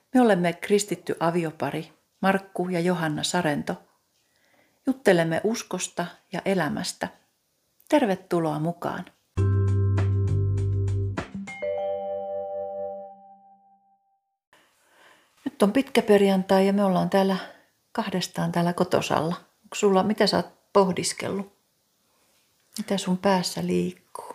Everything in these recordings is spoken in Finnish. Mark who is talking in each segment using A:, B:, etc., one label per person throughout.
A: Me olemme kristitty aviopari Markku ja Johanna Sarento. Juttelemme uskosta ja elämästä. Tervetuloa mukaan. Nyt on pitkä perjantai ja me ollaan täällä kahdestaan täällä kotosalla. Onko sulla, mitä sä oot pohdiskellut? Mitä sun päässä liikkuu?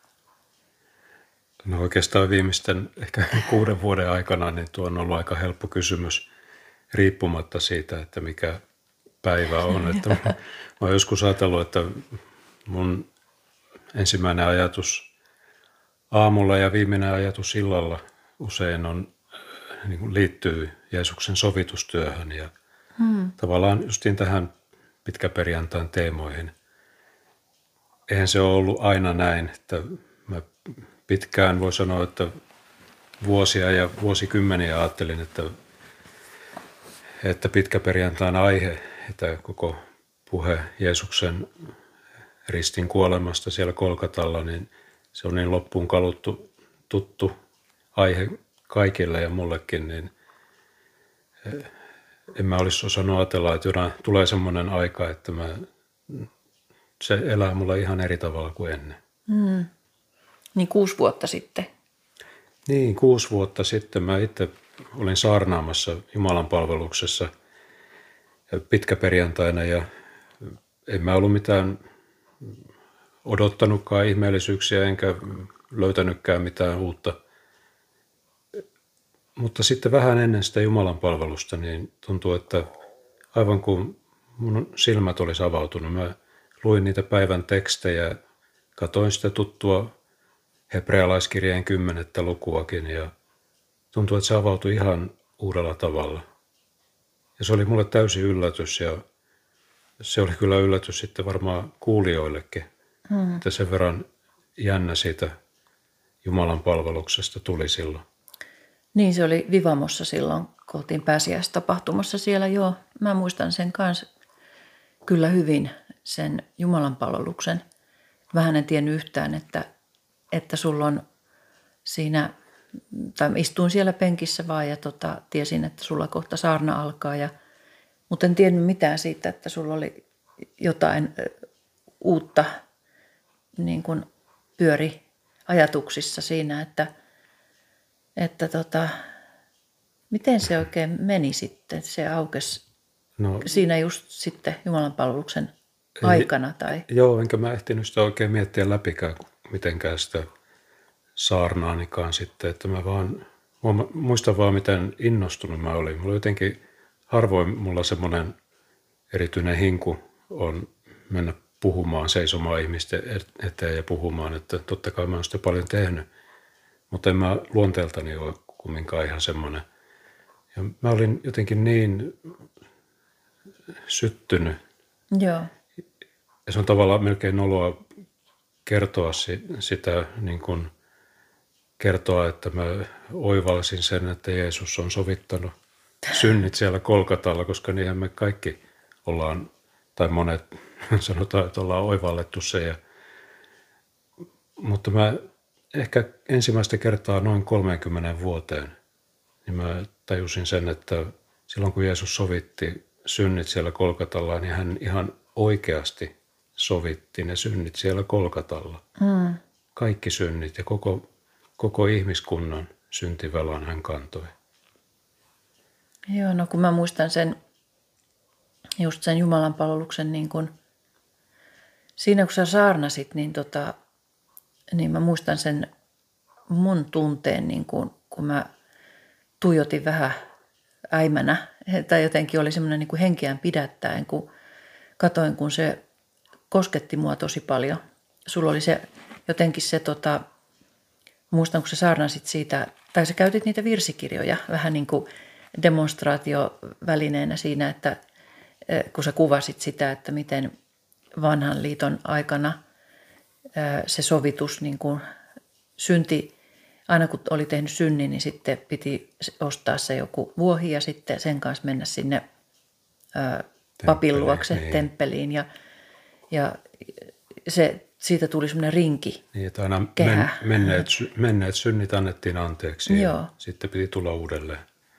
B: No oikeastaan viimeisten ehkä 6 vuoden aikana niin tuo on ollut aika helppo kysymys riippumatta siitä, että mikä päivä on. Että mä oon joskus ajatellut, että mun ensimmäinen ajatus aamulla ja viimeinen ajatus illalla usein on, niin kuin liittyy Jeesuksen sovitustyöhön ja tavallaan justiin tähän pitkäperjantain teemoihin. Eihän se ole ollut aina näin, että mä pitkään voi sanoa, että vuosia ja vuosikymmeniä ajattelin, että pitkäperjantain aihe, että koko puhe Jeesuksen ristin kuolemasta siellä Kolkatalla, niin se on niin loppuun kaluttu tuttu aihe kaikille ja mullekin, niin en mä olisi osannut ajatella, että jonain tulee semmoinen aika, että se elää mulla ihan eri tavalla kuin ennen.
A: Niin 6 vuotta sitten.
B: Niin, 6 vuotta sitten mä itse olin saarnaamassa Jumalan palveluksessa pitkäperjantaina ja en mä ollut mitään odottanutkaan ihmeellisyyksiä enkä löytänytkään mitään uutta. Mutta sitten vähän ennen sitä Jumalan palvelusta niin tuntui, että aivan kuin mun silmät olisi avautunut. Mä luin niitä päivän tekstejä, katoin sitä tuttua hebrealaiskirjeen 10. lukuakin ja tuntui, että se avautui ihan uudella tavalla. Ja se oli mulle täysi yllätys ja se oli kyllä yllätys sitten varmaan kuulijoillekin, että sen verran jännä siitä Jumalan palveluksesta tuli silloin.
A: Niin se oli Vivamossa silloin, kun oltiin pääsiäistapahtumassa siellä. Joo, mä muistan sen kanssa kyllä hyvin, sen Jumalan palveluksen. Vähän en tiennyt yhtään, että sulla on siinä, tai istuin siellä penkissä vaan ja tiesin, että sulla kohta saarna alkaa. Mutta en tiennyt mitään siitä, että sulla oli jotain uutta niin kuin pyöri ajatuksissa siinä, että miten se oikein meni sitten? Se aukesi siinä just sitten Jumalan palveluksen aikana? Tai?
B: Joo, enkä mä ehtinyt sitä oikein miettiä läpikään, mitenkään sitä saarnaanikaan sitten. Että muistan vaan, miten innostunut mä olin. Mulla jotenkin harvoin mulla semmoinen erityinen hinku on mennä puhumaan, seisomaan ihmisten eteen ja puhumaan. Että totta kai mä oon sitä paljon tehnyt. Mutta en mä luonteeltani ole kumminkaan ihan semmoinen. Ja mä olin jotenkin niin syttynyt.
A: Joo.
B: Ja se on tavallaan melkein noloa kertoa sitä, niin kuin kertoa, että mä oivalsin sen, että Jeesus on sovittanut synnit siellä Kolkatalla, koska niinhän me kaikki ollaan, tai monet sanotaan, että ollaan oivallettu se. Mutta mä ehkä ensimmäistä kertaa noin 30 vuoteen, niin mä tajusin sen, että silloin kun Jeesus sovitti synnit siellä Kolkatalla, niin hän ihan oikeasti sovitti ne synnit siellä Kolkatalla. Kaikki synnit ja koko ihmiskunnan syntivelan hän kantoi.
A: Joo, no kun mä muistan just sen Jumalan palveluksen, niin kun, siinä kun sä saarnasit, niin mä muistan sen mun tunteen, niin kun mä tuijotin vähän äimänä, tai jotenkin oli semmoinen niin kuin henkeään pidättäen, kun katoin, kun se kosketti mua tosi paljon. Sulla oli se jotenkin se, muistan kun sä saarnasit siitä, tai sä käytit niitä virsikirjoja vähän niin kuin demonstraatiovälineenä siinä, että kun sä kuvasit sitä, että miten vanhan liiton aikana se sovitus, niin kuin synti, aina kun oli tehnyt synnin, niin sitten piti ostaa se joku vuohi ja sitten sen kanssa mennä sinne papin luokse, niin. Temppeliin. Ja siitä tuli semmoinen rinki.
B: Niin, että aina menneet synnit annettiin anteeksi ja sitten piti tulla uudelleen.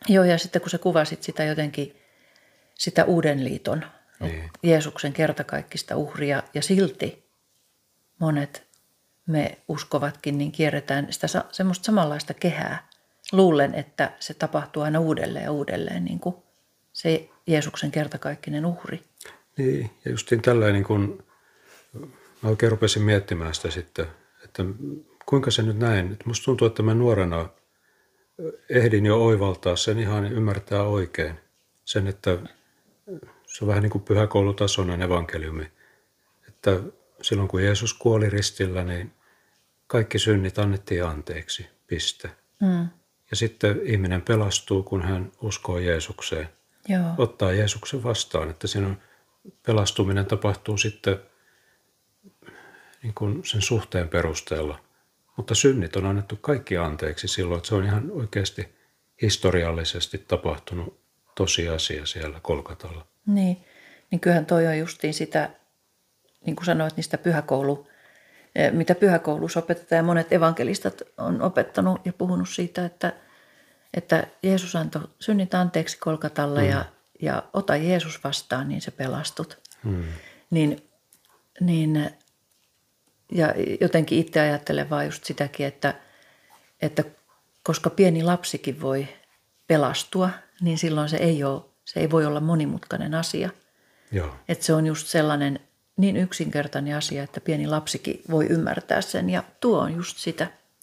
A: Joo, ja sitten kun sä kuvasit sitä jotenkin, sitä uuden liiton,
B: Niin.
A: Jeesuksen kertakaikkista uhria, ja silti monet me uskovatkin, niin kierretään sitä semmoista samanlaista kehää. Luulen, että se tapahtuu aina uudelleen ja uudelleen, niin kuin se Jeesuksen kertakaikkinen uhri.
B: Niin, ja justiin tällainen, niin kun mä oikein rupesin miettimään sitä sitten, että kuinka se nyt näin. Että musta tuntuu, että mä nuorena ehdin jo oivaltaa sen ihan ymmärtää oikein. Sen, että se on vähän niin kuin pyhäkoulutasoinen evankeliumi. Että silloin kun Jeesus kuoli ristillä, niin kaikki synnit annettiin anteeksi, piste. Ja sitten ihminen pelastuu, kun hän uskoo Jeesukseen.
A: Joo.
B: Ottaa Jeesuksen vastaan, että siinä pelastuminen tapahtuu sitten niin kuin sen suhteen perusteella. Mutta synnit on annettu kaikki anteeksi silloin, että se on ihan oikeasti historiallisesti tapahtunut tosiasia siellä Kolkatalla.
A: Niin kyllähän toi on justiin sitä, niin kuin sanoit, niistä mitä pyhäkoulussa opetetaan, ja monet evankelistat on opettanut ja puhunut siitä, että Jeesus antoi synnit anteeksi Kolkatalla ja ota Jeesus vastaan, niin se pelastut. Ja jotenkin itse ajattelen vaan just sitäkin, että koska pieni lapsikin voi pelastua, niin silloin se ei voi olla monimutkainen asia.
B: Joo.
A: Että se on just sellainen niin yksinkertainen asia, että pieni lapsikin voi ymmärtää sen, ja tuo on just sitä.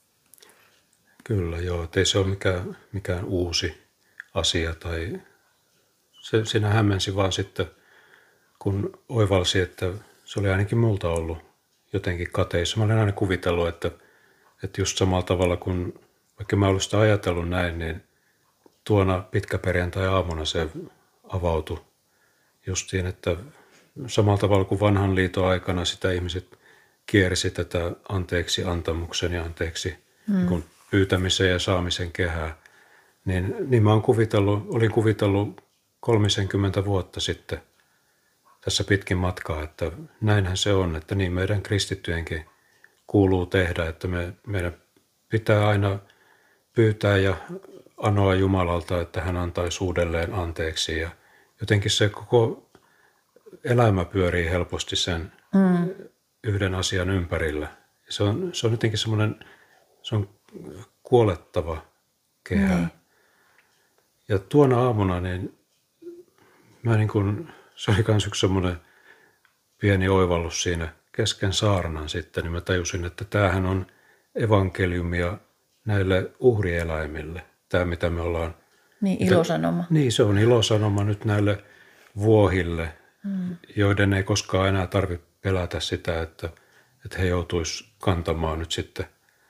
B: Kyllä, joo. Että ei se ole mikään uusi asia. Tai siinä hämmensi vaan sitten, kun oivalsi, että se oli ainakin multa ollut jotenkin kateissa. Mä olen aina kuvitellut, että just samalla tavalla kuin, vaikka mä olen sitä ajatellut näin, niin tuona pitkäperjantai-aamuna se avautui justiin, että samalla tavalla kuin vanhan liiton aikana sitä ihmiset kiersi tätä anteeksi antamuksen ja anteeksi niin kuin pyytämisen ja saamisen kehää, niin mä olin kuvitellut 30 vuotta sitten tässä pitkin matkaa, että näinhän se on, että niin meidän kristittyjenkin kuuluu tehdä, että meidän pitää aina pyytää ja anoa Jumalalta, että hän antaisi uudelleen anteeksi, ja jotenkin se koko elämä pyörii helposti sen yhden asian ympärillä. Se on jotenkin semmoinen, se on kuolettava kehä. Ja tuona aamuna niin mä niin kuin, se oli myös yksi semmoinen pieni oivallus siinä kesken saarnan sitten, niin mä tajusin, että tämähän on evankeliumia näille uhrieläimille. Tämä, mitä me ollaan...
A: Niin, ilosanoma.
B: Niin, se on ilosanoma nyt näille vuohille, joiden ei koskaan enää tarvitse pelätä sitä, että he joutuisi kantamaan nyt sitten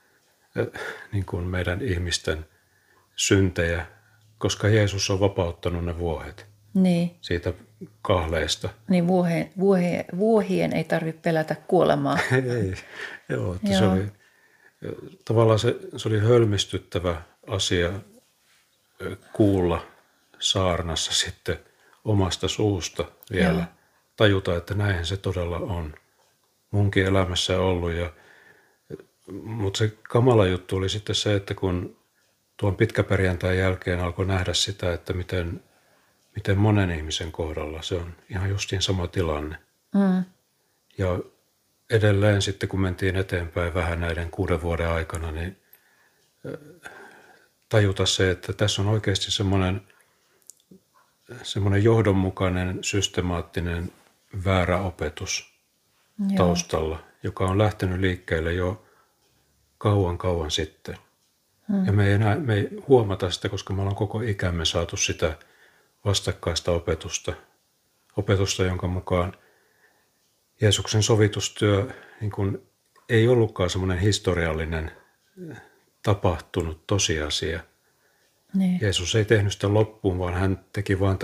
B: niin kuin meidän ihmisten syntejä, koska Jeesus on vapauttanut ne vuohet siitä kahleesta.
A: Niin vuohien ei tarvitse pelätä kuolemaa.
B: Ei, joo, että se oli, tavallaan se oli hölmistyttävä asia kuulla saarnassa sitten omasta suusta vielä. Joo. Tajuta, että näinhän se todella on. Munkin elämässä ollut. Mutta se kamala juttu oli sitten se, että kun tuon pitkäperjantain jälkeen alkoi nähdä sitä, että miten monen ihmisen kohdalla se on ihan justiin sama tilanne. Ja edelleen sitten, kun mentiin eteenpäin vähän näiden 6 vuoden aikana, niin tajuta se, että tässä on oikeasti semmoinen johdonmukainen, systemaattinen väärä opetus taustalla, joka on lähtenyt liikkeelle jo kauan sitten. Ja me ei huomata sitä, koska me ollaan koko ikämme saatu sitä vastakkaista opetusta, jonka mukaan Jeesuksen sovitustyö niin kuin ei ollutkaan semmoinen historiallinen tapahtunut tosiasia.
A: Niin.
B: Jeesus ei tehnyt sitä loppuun, vaan hän teki vaan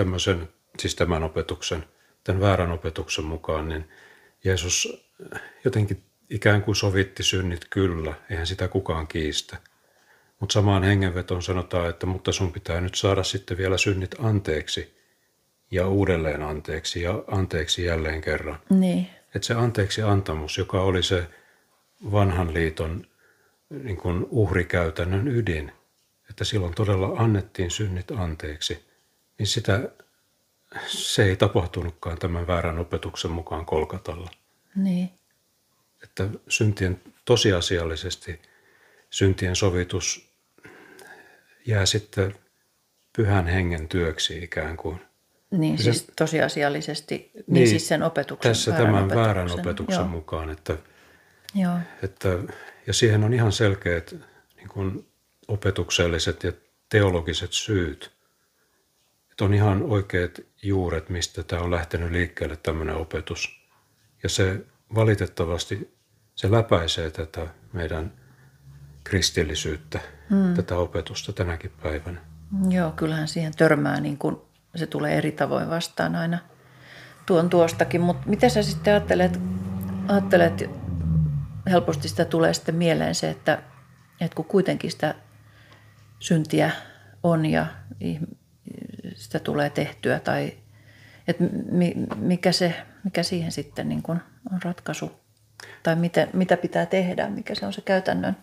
B: tämän väärän opetuksen mukaan, niin Jeesus jotenkin ikään kuin sovitti synnit kyllä, eihän sitä kukaan kiistä. Mutta samaan hengenvetoon sanotaan, että mutta sun pitää nyt saada sitten vielä synnit anteeksi ja uudelleen anteeksi ja anteeksi jälleen kerran.
A: Niin.
B: Että se anteeksi antamus, joka oli se vanhan liiton niin kuin uhrikäytännön ydin, että silloin todella annettiin synnit anteeksi, niin se ei tapahtunutkaan tämän väärän opetuksen mukaan Kolkatalla.
A: Niin.
B: Että tosiasiallisesti syntien sovitus jää sitten pyhän hengen työksi ikään kuin.
A: Niin siis tosiasiallisesti, niin siis sen opetuksen.
B: Tässä tämän väärän opetuksen mukaan,
A: Joo.
B: Ja siihen on ihan selkeät niin kuin opetukselliset ja teologiset syyt. Että on ihan oikeat juuret, mistä tämä on lähtenyt liikkeelle tämmöinen opetus. Ja se valitettavasti, se läpäisee tätä meidän kristillisyyttä, tätä opetusta tänäkin päivänä.
A: Joo, kyllähän siihen törmää, niin kuin se tulee eri tavoin vastaan aina tuostakin. Mutta mitä sä sitten ajattelet, helposti sitä tulee sitten mieleen se, että kun kuitenkin sitä syntiä on ja sitä tulee tehtyä, tai että mikä siihen sitten niin kuin on ratkaisu, tai mitä pitää tehdä, mikä se on se käytännön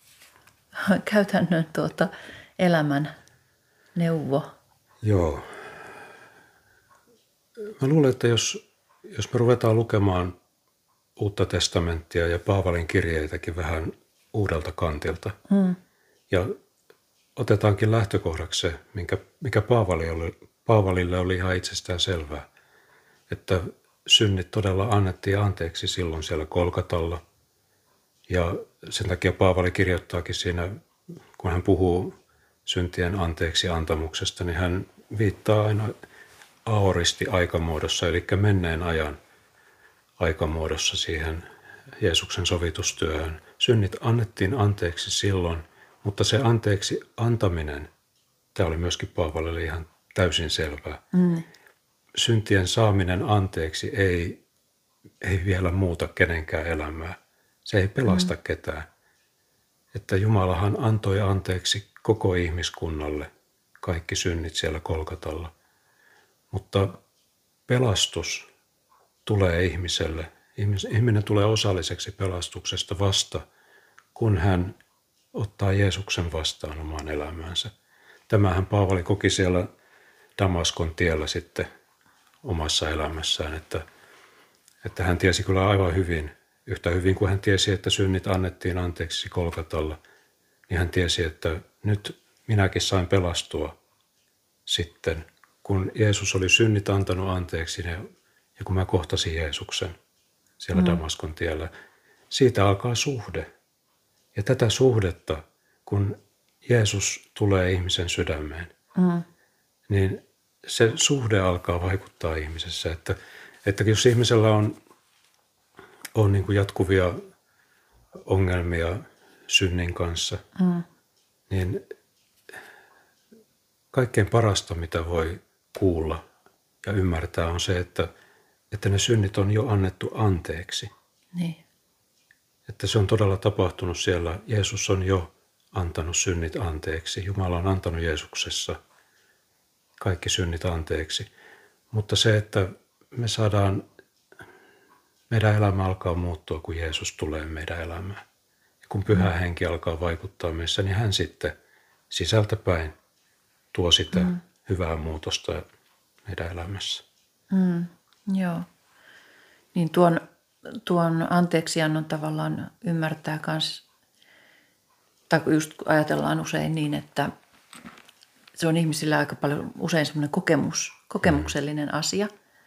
A: elämän neuvo.
B: Joo. Mä luulen, että jos me ruvetaan lukemaan Uutta testamenttia ja Paavalin kirjeitäkin vähän uudelta kantilta, ja otetaankin lähtökohdaksi se, mikä Paavalille oli ihan itsestään selvää, että synnit todella annettiin anteeksi silloin siellä Kolkatalla. Ja sen takia Paavali kirjoittaakin siinä, kun hän puhuu syntien anteeksi antamuksesta, niin hän viittaa aina aoristi aikamuodossa, eli menneen ajan aikamuodossa siihen Jeesuksen sovitustyöhön. Synnit annettiin anteeksi silloin, mutta se anteeksi antaminen, tämä oli myöskin Paavalille ihan täysin selvää. Syntien saaminen anteeksi ei vielä muuta kenenkään elämää. Se ei pelasta ketään. Että Jumalahan antoi anteeksi koko ihmiskunnalle kaikki synnit siellä Kolkatalla. Mutta pelastus tulee ihmiselle. Ihminen tulee osalliseksi pelastuksesta vasta, kun hän ottaa Jeesuksen vastaan omaan elämäänsä. Tämähän Paavali koki siellä Damaskon tiellä sitten omassa elämässään, että hän tiesi kyllä aivan hyvin, yhtä hyvin kuin hän tiesi, että synnit annettiin anteeksi Kolkatalla, niin hän tiesi, että nyt minäkin sain pelastua sitten, kun Jeesus oli synnit antanut anteeksi ja kun mä kohtasin Jeesuksen siellä Damaskon tiellä. Siitä alkaa suhde. Ja tätä suhdetta, kun Jeesus tulee ihmisen sydämeen, niin se suhde alkaa vaikuttaa ihmisessä. Että jos ihmisellä on niin kuin jatkuvia ongelmia synnin kanssa, niin kaikkein parasta, mitä voi kuulla ja ymmärtää, on se, että ne synnit on jo annettu anteeksi.
A: Niin.
B: Että se on todella tapahtunut siellä. Jeesus on jo antanut synnit anteeksi. Jumala on antanut Jeesuksessa kaikki synnit anteeksi. Mutta se, että meidän elämä alkaa muuttua, kun Jeesus tulee meidän elämään. Ja kun Pyhä Henki alkaa vaikuttaa meissä, niin hän sitten sisältäpäin tuo sitä hyvää muutosta meidän elämässä.
A: Joo. Niin tuon anteeksiannon tavallaan ymmärtää myös, tai just ajatellaan usein niin, että se on ihmisillä aika paljon usein semmoinen kokemuksellinen asia,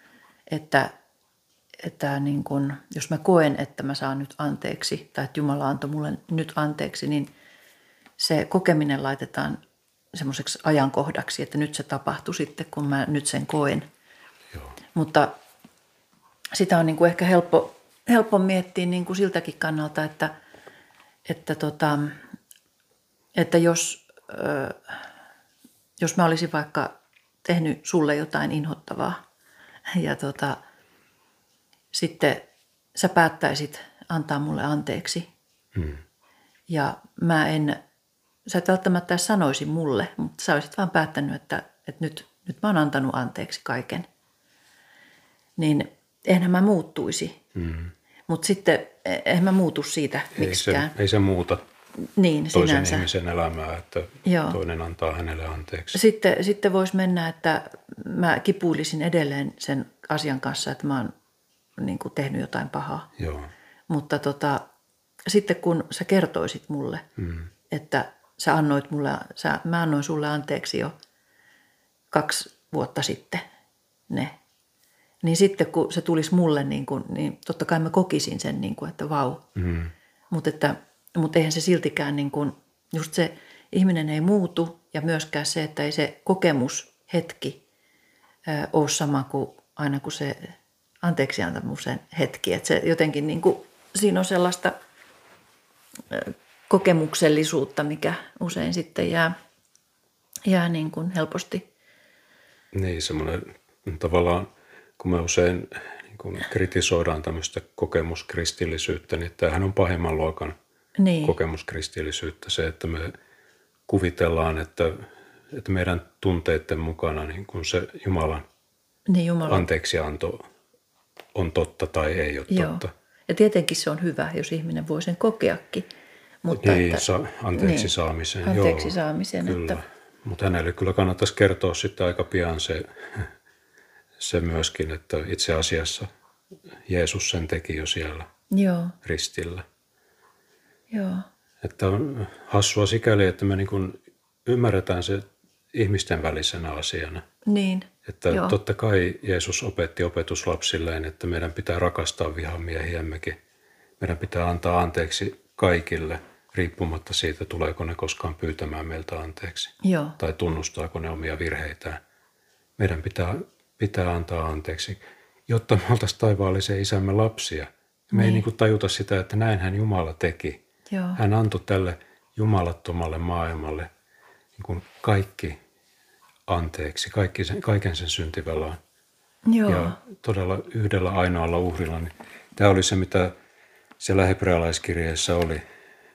A: että niin kun, jos mä koen, että mä saan nyt anteeksi, tai että Jumala antoi mulle nyt anteeksi, niin se kokeminen laitetaan semmoiseksi ajankohdaksi, että nyt se tapahtui sitten, kun mä nyt sen koen.
B: Joo.
A: Mutta sitä on niin kuin ehkä helppo miettiä niin kuin siltäkin kannalta, että jos mä olisin vaikka tehnyt sulle jotain inhottavaa ja sitten sä päättäisit antaa mulle anteeksi ja sä et välttämättä sanoisi mulle, mutta sä olisit vaan päättänyt, että nyt mä oon antanut anteeksi kaiken, niin eihän mä muuttuisi. Mutta sitten eihän mä muutu siitä miksikään.
B: Ei se muuta.
A: Niin,
B: toisen
A: sinänsä.
B: ihmisen elämää, että
A: Joo.
B: toinen antaa hänelle anteeksi.
A: Sitten voisi mennä, että mä kipuilisin edelleen sen asian kanssa, että mä oon niin kuin tehnyt jotain pahaa.
B: Joo.
A: Mutta sitten kun sä kertoisit mulle, että mä annoin sulle anteeksi jo 2 vuotta sitten ne, niin sitten kun se tulisi mulle, niin totta kai mä kokisin sen, niin kuin, että vau. Mutta eihän se siltikään, niin kuin, just se ihminen ei muutu ja myöskään se, että ei se kokemushetki ole sama kuin aina kuin se anteeksiantamuksen hetki. Että se jotenkin niin kuin, siinä on sellaista kokemuksellisuutta, mikä usein sitten jää niin kuin helposti.
B: Niin, semmoinen tavallaan, kun me usein niin kun kritisoidaan tämmöistä kokemuskristillisyyttä, niin tämähän on pahimman luokan kokemuskristillisyyttä. Se, että me kuvitellaan, että meidän tunteiden mukana niin kun se Jumalan anteeksianto on totta tai ei ole totta.
A: Ja tietenkin se on hyvä, jos ihminen voi sen kokeakin. Mutta
B: niin, anteeksi saamisen.
A: Anteeksi saamisen.
B: Kyllä. Mutta hänelle kyllä kannattaisi kertoa sitten aika pian se myöskin, että itse asiassa Jeesus sen teki jo siellä ristillä.
A: Joo.
B: Että on hassua sikäli, että me niin kuin ymmärretään se ihmisten välisenä asiana.
A: Niin.
B: Että totta kai Jeesus opetti opetuslapsilleen, että meidän pitää rakastaa vihamiehiämmekin. Meidän pitää antaa anteeksi kaikille, riippumatta siitä, tuleeko ne koskaan pyytämään meiltä anteeksi.
A: Joo.
B: Tai tunnustaako ne omia virheitään. Meidän pitää antaa anteeksi, jotta me oltaisiin taivaallisen isämme lapsia. Me ei niin kuin tajuta sitä, että näinhän Jumala teki.
A: Joo.
B: Hän antoi tälle jumalattomalle maailmalle niin kuin kaikki anteeksi, kaiken sen syntivelan.
A: Joo.
B: Ja todella yhdellä ainoalla uhrilla. Niin tämä oli se, mitä siellä hebrealaiskirjeessä oli,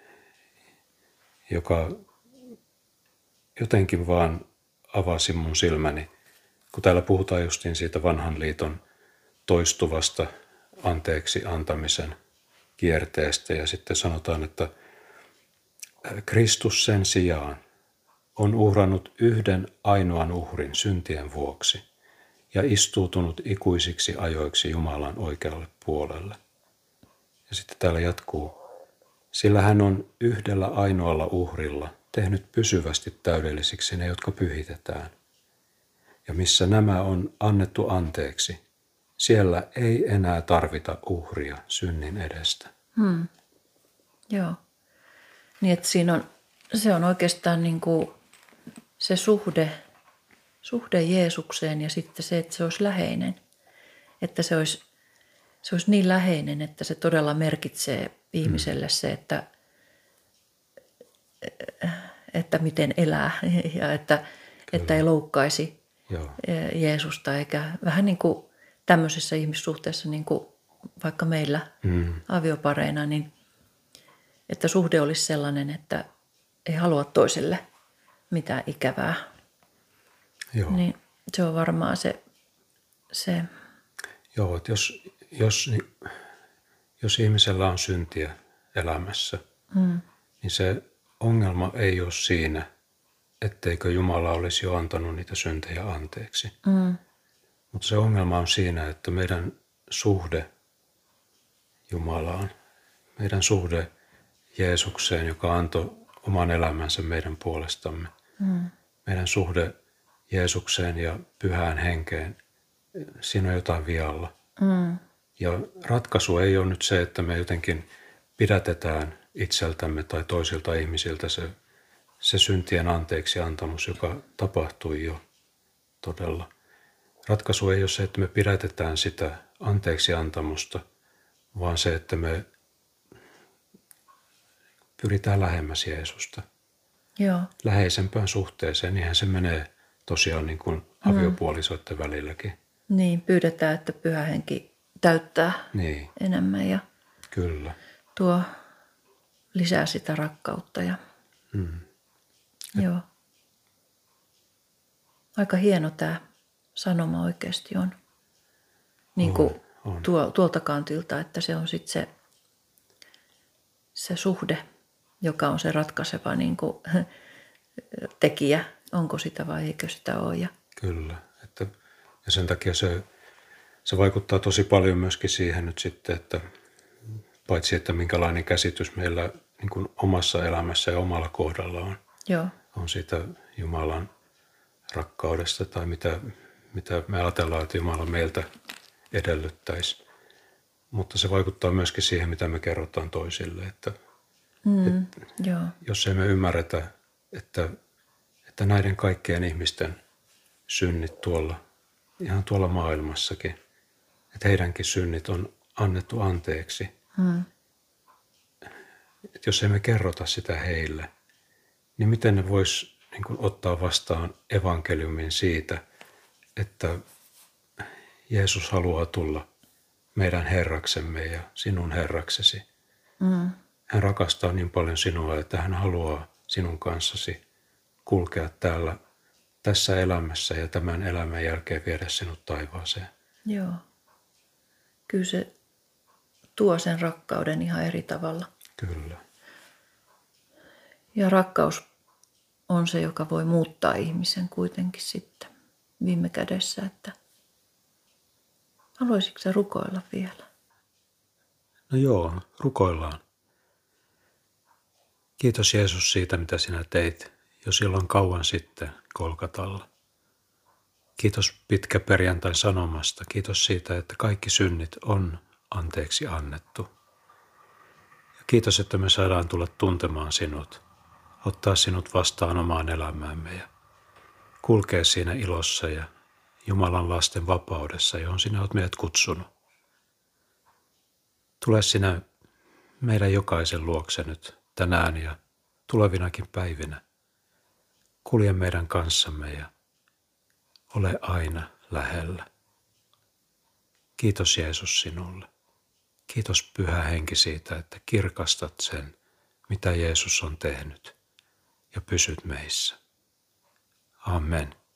B: joka jotenkin vaan avasi mun silmäni. Kun täällä puhutaan justiin siitä vanhan liiton toistuvasta anteeksi antamisen kierteestä ja sitten sanotaan, että Kristus sen sijaan on uhrannut yhden ainoan uhrin syntien vuoksi ja istuutunut ikuisiksi ajoiksi Jumalan oikealle puolelle. Ja sitten täällä jatkuu, sillä hän on yhdellä ainoalla uhrilla tehnyt pysyvästi täydellisiksi ne, jotka pyhitetään. Ja missä nämä on annettu anteeksi, siellä ei enää tarvita uhria synnin edestä.
A: Joo. Niin, että se on oikeastaan niin kuin se suhde Jeesukseen ja sitten se, että se olisi läheinen. Että se olisi niin läheinen, että se todella merkitsee ihmiselle se, että miten elää ja että ei loukkaisi Jeesusta. Eikä vähän niin kuin tämmöisessä ihmissuhteessa, niin kuin vaikka meillä aviopareina, niin että suhde olisi sellainen, että ei halua toiselle mitään ikävää.
B: Joo.
A: Niin se on varmaan se.
B: Joo, että jos ihmisellä on syntiä elämässä, niin se ongelma ei ole siinä, etteikö Jumala olisi jo antanut niitä syntejä anteeksi. Mutta se ongelma on siinä, että meidän suhde Jumalaan, meidän suhde Jeesukseen, joka antoi oman elämänsä meidän puolestamme, meidän suhde Jeesukseen ja Pyhään Henkeen, siinä on jotain vialla. Ja ratkaisu ei ole nyt se, että me jotenkin pidätetään itseltämme tai toisilta ihmisiltä se syntien anteeksi antamus, joka tapahtui jo todella. Ratkaisu ei ole se, että me pidätetään sitä anteeksi antamusta, vaan se, että me pyritään lähemmäs Jeesusta.
A: Joo.
B: Läheisempään suhteeseen, niinhän se menee tosiaan niin kuin aviopuolisoiden välilläkin.
A: Niin, pyydetään, että Pyhä Henki täyttää enemmän ja
B: kyllä.
A: tuo lisää sitä rakkautta. Joo. Aika hieno tämä sanoma oikeasti on. Niin kuin
B: on.
A: Tuolta kantilta, että se on sitten se suhde joka on se ratkaiseva niin kuin, tekijä, onko sitä vai eikö sitä ole. Ja
B: Kyllä. Ja sen takia se vaikuttaa tosi paljon myöskin siihen nyt sitten, että paitsi että minkälainen käsitys meillä niin kuin omassa elämässä ja omalla kohdalla
A: joo,
B: on siitä Jumalan rakkaudesta tai mitä me ajatellaan, että Jumala meiltä edellyttäisi. Mutta se vaikuttaa myöskin siihen, mitä me kerrotaan toisille, että
A: joo,
B: jos ei me ymmärretä, että näiden kaikkien ihmisten synnit ihan tuolla maailmassakin, että heidänkin synnit on annettu anteeksi. Että jos emme kerrota sitä heille, niin miten ne vois niin kuin ottaa vastaan evankeliumin siitä, että Jeesus haluaa tulla meidän Herraksemme ja sinun Herraksesi. Hän rakastaa niin paljon sinua, että hän haluaa sinun kanssasi kulkea tässä elämässä ja tämän elämän jälkeen viedä sinut taivaaseen.
A: joo. Kyllä se tuo sen rakkauden ihan eri tavalla.
B: Kyllä.
A: Ja rakkaus on se, joka voi muuttaa ihmisen kuitenkin sitten viime kädessä, että haluaisitko sä rukoilla vielä?
B: No joo, rukoillaan. Kiitos Jeesus siitä, mitä sinä teit jo silloin kauan sitten Golgatalla. Kiitos pitkä perjantain sanomasta. Kiitos siitä, että kaikki synnit on anteeksi annettu. Ja kiitos, että me saadaan tulla tuntemaan sinut, ottaa sinut vastaan omaan elämäämme ja kulkea siinä ilossa ja Jumalan lasten vapaudessa, johon sinä olet meidät kutsunut. Tule sinä meidän jokaisen luokse nyt tänään ja tulevinakin päivinä. Kulje meidän kanssamme ja ole aina lähellä. Kiitos Jeesus sinulle. Kiitos Pyhä Henki siitä, että kirkastat sen, mitä Jeesus on tehnyt ja pysyt meissä. Amen.